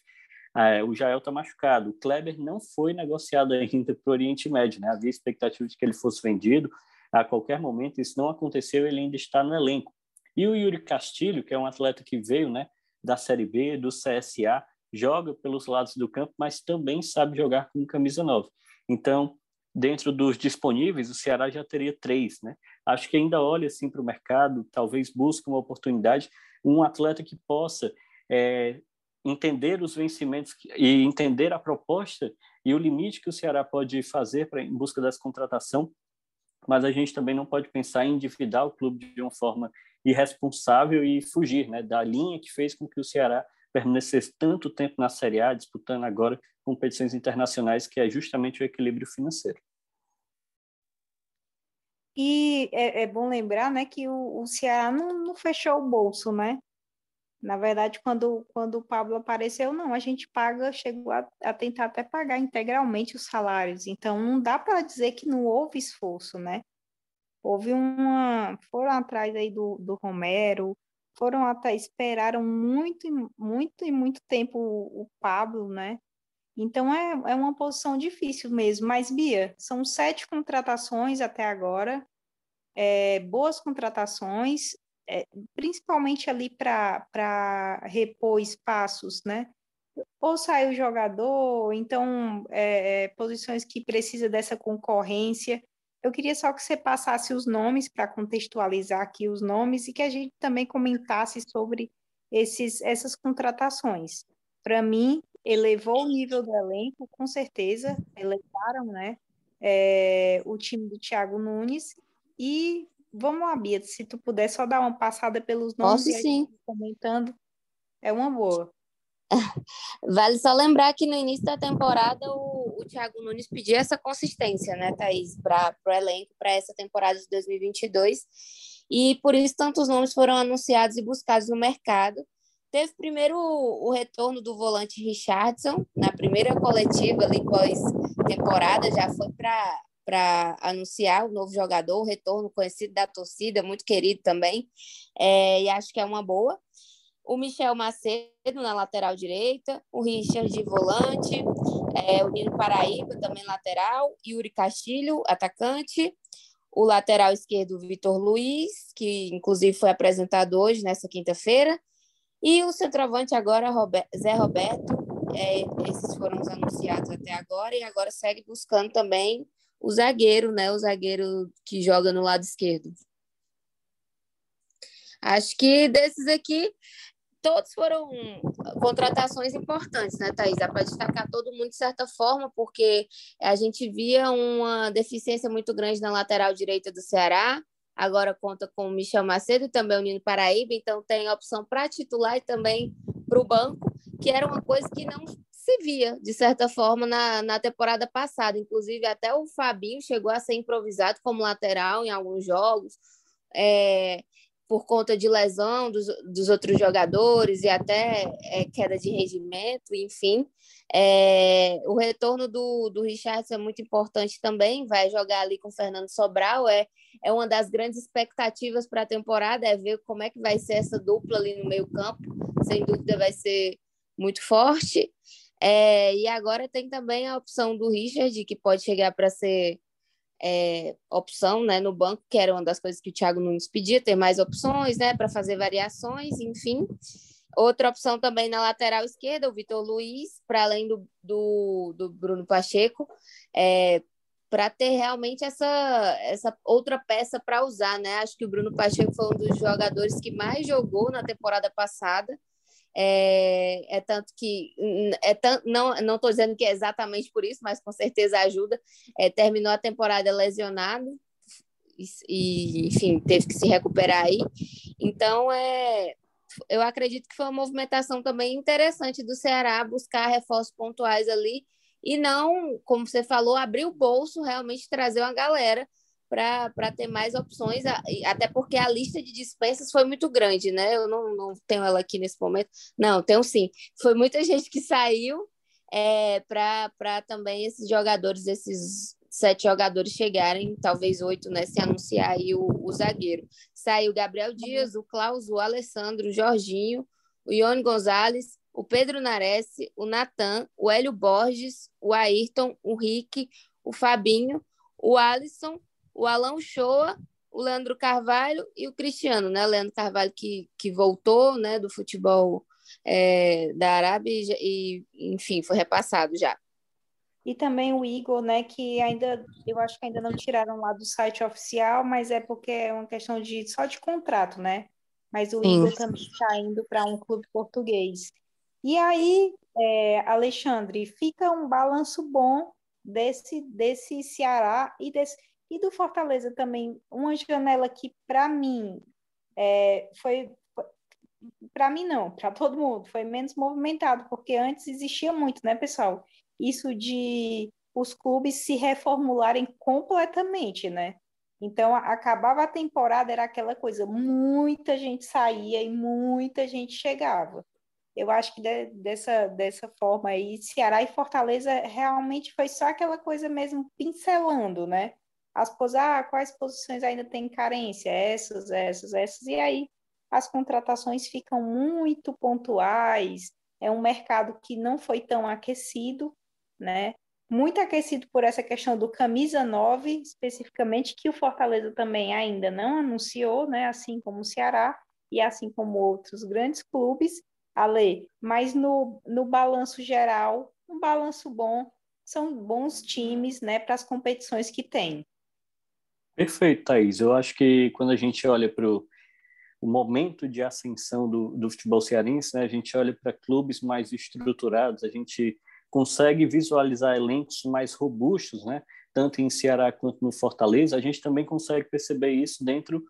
O Jael está machucado. O Kleber não foi negociado ainda para o Oriente Médio, né? Havia expectativa de que ele fosse vendido a qualquer momento. Isso não aconteceu, ele ainda está no elenco. E o Yuri Castilho, que é um atleta que veio, né, da Série B, do CSA, joga pelos lados do campo, mas também sabe jogar com camisa 9. Então, dentro dos disponíveis, o Ceará já teria 3, né? Acho que ainda olha assim para o mercado, talvez busque uma oportunidade, um atleta que possa entender os vencimentos e entender a proposta e o limite que o Ceará pode fazer em busca dessa contratação, mas a gente também não pode pensar em endividar o clube de uma forma irresponsável e fugir, né, da linha que fez com que o Ceará permanecesse tanto tempo na Série A, disputando agora competições internacionais, que é justamente o equilíbrio financeiro. E é bom lembrar, né, que o Ceará não fechou o bolso, né? Na verdade, quando o Pablo apareceu, não, a gente chegou a tentar até pagar integralmente os salários. Então, não dá para dizer que não houve esforço, né? Foram atrás aí do Romero, esperaram muito, muito e muito tempo o Pablo, né? Então, é uma posição difícil mesmo. Mas, Bia, são 7 contratações até agora, boas contratações, principalmente ali para repor espaços, né? Ou sai o jogador, então posições que precisa dessa concorrência. Eu queria só que você passasse os nomes para contextualizar aqui os nomes e que a gente também comentasse sobre essas contratações. Para mim, elevou o nível do elenco, com certeza, elevaram, né, o time do Thiago Nunes. E vamos lá, Bia, se tu puder só dar uma passada pelos nomes Posso e a sim. gente comentando, é uma boa. Vale só lembrar que no início da temporada o Thiago Nunes pediu essa consistência, né, Thaís, para o elenco, para essa temporada de 2022. E por isso tantos nomes foram anunciados e buscados no mercado. Teve primeiro o retorno do volante Richardson, na primeira coletiva ali pós-temporada, já foi para anunciar o novo jogador, o retorno conhecido da torcida, muito querido também, e acho que é uma boa. O Michel Macedo na lateral direita, o Richard de volante, o Nino Paraíba também lateral, Yuri Castilho, atacante, o lateral esquerdo Vitor Luiz, que inclusive foi apresentado hoje, nessa quinta-feira, e o centroavante agora, Zé Roberto. Esses foram os anunciados até agora, e agora segue buscando também o zagueiro, né? O zagueiro que joga no lado esquerdo. Acho que desses aqui todos foram contratações importantes, né, Thaís? Dá para destacar todo mundo de certa forma, porque a gente via uma deficiência muito grande na lateral direita do Ceará, agora conta com o Michel Macedo e também o Nino Paraíba, então tem opção para titular e também para o banco, que era uma coisa que não se via, de certa forma, na temporada passada. Inclusive, até o Fabinho chegou a ser improvisado como lateral em alguns jogos, por conta de lesão dos outros jogadores e até queda de rendimento, enfim. O retorno do Richardson é muito importante também, vai jogar ali com o Fernando Sobral, é uma das grandes expectativas para a temporada, é ver como é que vai ser essa dupla ali no meio campo, sem dúvida vai ser muito forte. E agora tem também a opção do Richard, que pode chegar para ser opção, né, no banco, que era uma das coisas que o Thiago Nunes pedia, ter mais opções, né, para fazer variações, enfim. Outra opção também na lateral esquerda, o Vitor Luiz, para além do Bruno Pacheco, para ter realmente essa outra peça para usar, né? Acho que o Bruno Pacheco foi um dos jogadores que mais jogou na temporada passada, tanto que não estou dizendo que é exatamente por isso, mas com certeza ajuda. Terminou a temporada lesionado e, enfim, teve que se recuperar aí. Então, eu acredito que foi uma movimentação também interessante do Ceará buscar reforços pontuais ali e não, como você falou, abrir o bolso, realmente trazer uma galera para ter mais opções, até porque a lista de dispensas foi muito grande, né? Eu não tenho ela aqui nesse momento. Não, tenho sim. Foi muita gente que saiu para também esses jogadores, esses 7 jogadores chegarem, talvez 8, né? Se anunciar aí o zagueiro. Saiu o Gabriel Dias, o Klaus, o Alessandro, o Jorginho, o Ione Gonzalez, o Pedro Nares, o Natan, o Hélio Borges, o Ayrton, o Rick, o Fabinho, o Alisson, o Alan Shoa, o Leandro Carvalho e o Cristiano, né? Leandro Carvalho que voltou, né, do futebol da Arábia e, enfim, foi repassado já. E também o Igor, né, que eu acho que ainda não tiraram lá do site oficial, mas é porque é uma questão só de contrato, né? Mas o Sim. Igor também está indo para um clube português. E aí, Alexandre, fica um balanço bom desse Ceará e do Fortaleza também. Uma janela que, para mim, foi. Para mim, não, para todo mundo, foi menos movimentado, porque antes existia muito, né, pessoal? Isso de os clubes se reformularem completamente, né? Então, acabava a temporada, era aquela coisa, muita gente saía e muita gente chegava. Eu acho que dessa forma aí, Ceará e Fortaleza realmente foi só aquela coisa mesmo pincelando, né? Quais posições ainda tem carência? Essas, e aí as contratações ficam muito pontuais, é um mercado que não foi tão aquecido, né? Muito aquecido por essa questão do camisa 9, especificamente, que o Fortaleza também ainda não anunciou, né? Assim como o Ceará e assim como outros grandes clubes, Ale, mas no balanço geral, um balanço bom, são bons times, né, para as competições que tem. Perfeito, Thaís. Eu acho que quando a gente olha para o momento de ascensão do futebol cearense, né, a gente olha para clubes mais estruturados, a gente consegue visualizar elencos mais robustos, né, tanto em Ceará quanto no Fortaleza. A gente também consegue perceber isso dentro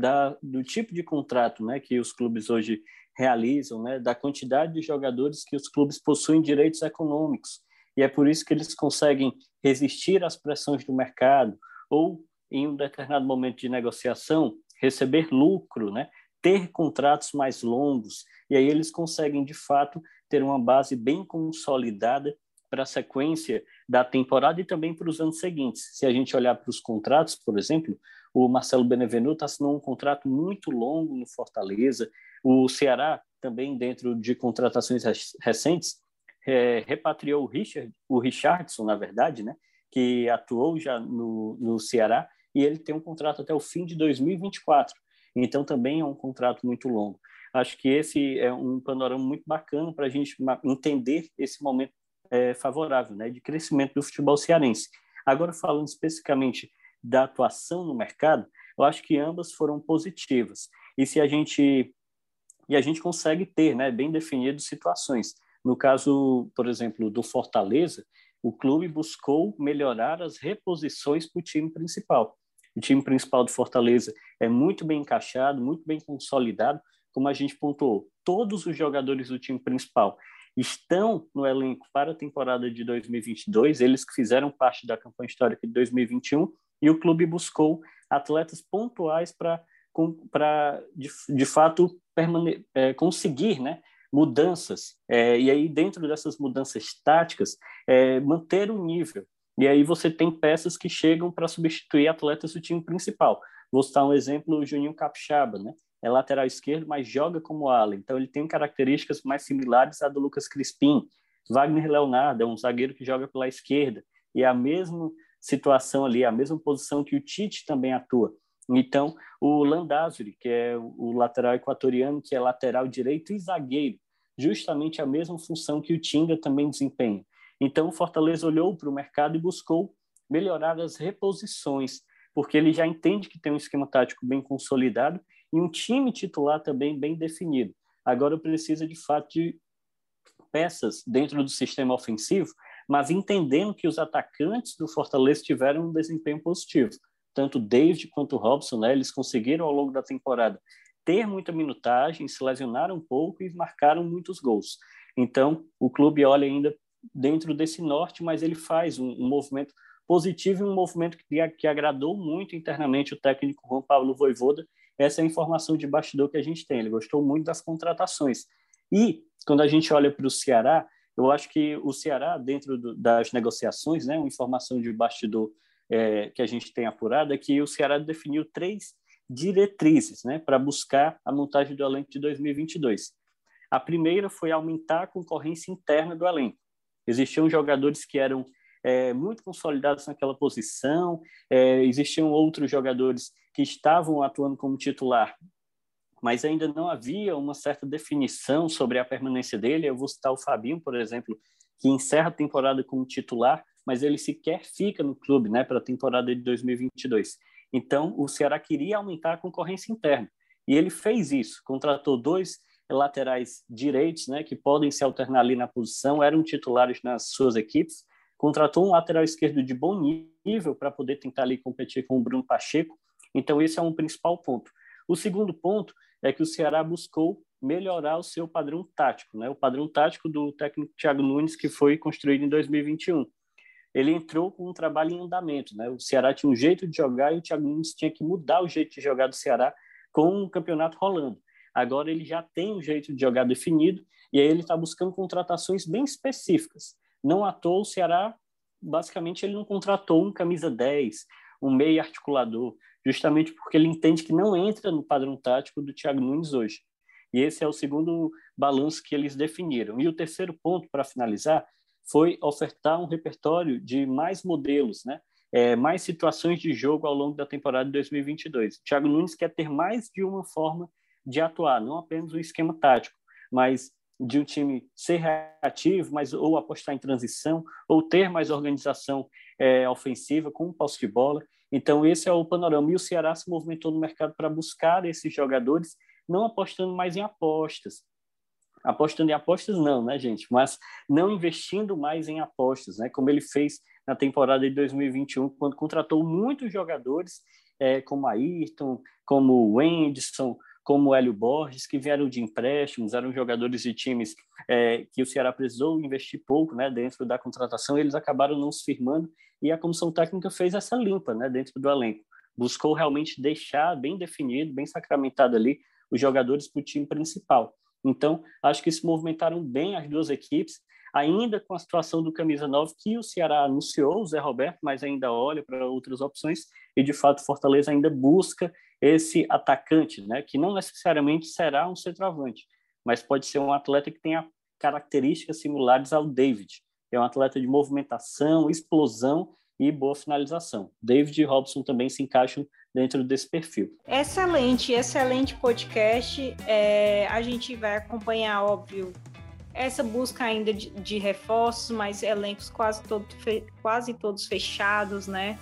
do tipo de contrato, né, que os clubes hoje realizam, né, da quantidade de jogadores que os clubes possuem direitos econômicos. E é por isso que eles conseguem resistir às pressões do mercado ou, em um determinado momento de negociação, receber lucro, né, ter contratos mais longos, e aí eles conseguem, de fato, ter uma base bem consolidada para a sequência da temporada e também para os anos seguintes. Se a gente olhar para os contratos, por exemplo, o Marcelo Benevenuto assinou um contrato muito longo no Fortaleza, o Ceará também, dentro de contratações recentes, repatriou o Richardson, na verdade, né, que atuou já no Ceará, e ele tem um contrato até o fim de 2024. Então, também é um contrato muito longo. Acho que esse é um panorama muito bacana para a gente entender esse momento favorável, né, de crescimento do futebol cearense. Agora, falando especificamente da atuação no mercado, eu acho que ambas foram positivas. E se a gente e a gente consegue ter, né, bem definido situações. No caso, por exemplo, do Fortaleza, o clube buscou melhorar as reposições para o time principal. O time principal do Fortaleza é muito bem encaixado, muito bem consolidado, como a gente pontuou. Todos os jogadores do time principal estão no elenco para a temporada de 2022, eles que fizeram parte da campanha histórica de 2021, e o clube buscou atletas pontuais para de fato, conseguir, né, mudanças, e aí dentro dessas mudanças táticas, manter o nível. E aí você tem peças que chegam para substituir atletas do time principal. Vou citar um exemplo, o Juninho Capixaba, né? É lateral esquerdo, mas joga como ala. Então ele tem características mais similares à do Lucas Crispim. Wagner Leonardo é um zagueiro que joga pela esquerda. E é a mesma situação ali, a mesma posição que o Tite também atua. Então, o Landázuri, que é o lateral equatoriano, que é lateral direito e zagueiro, justamente a mesma função que o Tinga também desempenha. Então, o Fortaleza olhou para o mercado e buscou melhorar as reposições, porque ele já entende que tem um esquema tático bem consolidado e um time titular também bem definido. Agora precisa, de fato, de peças dentro do sistema ofensivo, mas entendendo que os atacantes do Fortaleza tiveram um desempenho positivo. Tanto o David quanto o Robson, né, eles conseguiram, ao longo da temporada, ter muita minutagem, se lesionaram um pouco e marcaram muitos gols. Então, o clube olha ainda dentro desse norte, mas ele faz um movimento positivo e um movimento que agradou muito internamente o técnico Juan Pablo Vojvoda. Essa é a informação de bastidor que a gente tem. Ele gostou muito das contratações. E, quando a gente olha para o Ceará, eu acho que o Ceará, dentro das negociações, né, uma informação de bastidor que a gente tem apurado, é que o Ceará definiu 3 diretrizes, né, para buscar a montagem do elenco de 2022. A primeira foi aumentar a concorrência interna do elenco. Existiam jogadores que eram muito consolidados naquela posição, existiam outros jogadores que estavam atuando como titular, mas ainda não havia uma certa definição sobre a permanência dele. Eu vou citar o Fabinho, por exemplo, que encerra a temporada como titular, mas ele sequer fica no clube, né, para a temporada de 2022. Então, o Ceará queria aumentar a concorrência interna, e ele fez isso, contratou 2 laterais direitos, né, que podem se alternar ali na posição, eram titulares nas suas equipes, contratou um lateral esquerdo de bom nível para poder tentar ali competir com o Bruno Pacheco. Então, esse é um principal ponto. O segundo ponto é que o Ceará buscou melhorar o seu padrão tático, né, o padrão tático do técnico Thiago Nunes, que foi construído em 2021. Ele entrou com um trabalho em andamento, né? O Ceará tinha um jeito de jogar e o Thiago Nunes tinha que mudar o jeito de jogar do Ceará com o campeonato rolando. Agora ele já tem um jeito de jogar definido e aí ele está buscando contratações bem específicas. Não à toa o Ceará, basicamente, ele não contratou um camisa 10, um meio articulador, justamente porque ele entende que não entra no padrão tático do Thiago Nunes hoje. E esse é o segundo balanço que eles definiram. E o terceiro ponto, para finalizar, foi ofertar um repertório de mais modelos, né? Mais situações de jogo ao longo da temporada de 2022. O Thiago Nunes quer ter mais de uma forma de atuar, não apenas o esquema tático, mas de um time ser reativo, mas ou apostar em transição, ou ter mais organização ofensiva com posse de bola. Então, esse é o panorama. E o Ceará se movimentou no mercado para buscar esses jogadores, não apostando mais em apostas. Apostando em apostas não, né, gente? Mas não investindo mais em apostas, né? Como ele fez na temporada de 2021, quando contratou muitos jogadores, como Ayrton, como o Wenderson, como o Hélio Borges, que vieram de empréstimos, eram jogadores de times que o Ceará precisou investir pouco, né, dentro da contratação. Eles acabaram não se firmando e a comissão técnica fez essa limpa, né, dentro do elenco. Buscou realmente deixar bem definido, bem sacramentado ali os jogadores para o time principal. Então, acho que se movimentaram bem as duas equipes, ainda com a situação do camisa 9, que o Ceará anunciou, o Zé Roberto, mas ainda olha para outras opções, e de fato Fortaleza ainda busca esse atacante, né, que não necessariamente será um centroavante, mas pode ser um atleta que tenha características similares ao David. É um atleta de movimentação, explosão e boa finalização. David e Robson também se encaixam dentro desse perfil. Excelente, excelente podcast. A gente vai acompanhar, óbvio, essa busca ainda de reforços, mas elencos quase todos fechados, né?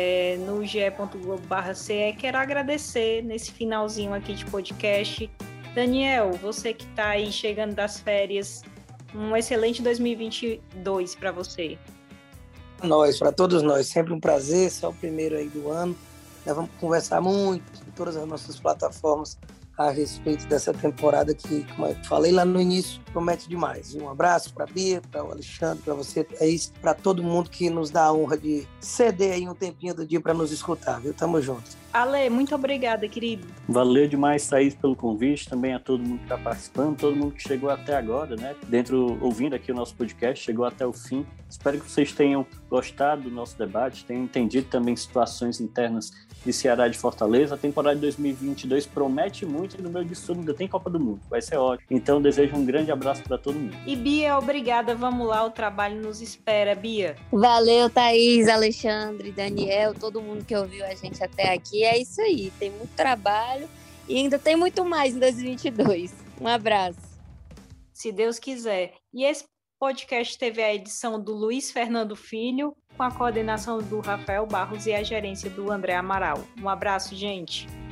No ge.globo.ce. Quero agradecer nesse finalzinho aqui de podcast Daniel, você que está aí chegando das férias, um excelente 2022 para você. Para todos nós, sempre um prazer, só o primeiro aí do ano. Nós vamos conversar muito em todas as nossas plataformas a respeito dessa temporada que, como eu falei lá no início, promete demais. Um abraço para a Bia, para o Alexandre, para você, Thaís, para todo mundo que nos dá a honra de ceder aí um tempinho do dia para nos escutar, viu? Tamo junto. Ale, muito obrigada, querido. Valeu demais, Thaís, pelo convite, também a todo mundo que está participando, todo mundo que chegou até agora, né? Ouvindo aqui o nosso podcast, chegou até o fim. Espero que vocês tenham gostado do nosso debate, tenham entendido também situações internas de Ceará e de Fortaleza. A temporada de 2022 promete muito e no meio disso tudo ainda tem Copa do Mundo. Vai ser ótimo. Então, desejo um grande abraço para todo mundo. E Bia, obrigada. Vamos lá, o trabalho nos espera, Bia. Valeu, Thaís, Alexandre, Daniel, todo mundo que ouviu a gente até aqui. É isso aí, tem muito trabalho e ainda tem muito mais em 2022. Um abraço. Se Deus quiser. E esse podcast teve a edição do Luiz Fernando Filho, com a coordenação do Rafael Barros e a gerência do André Amaral. Um abraço, gente.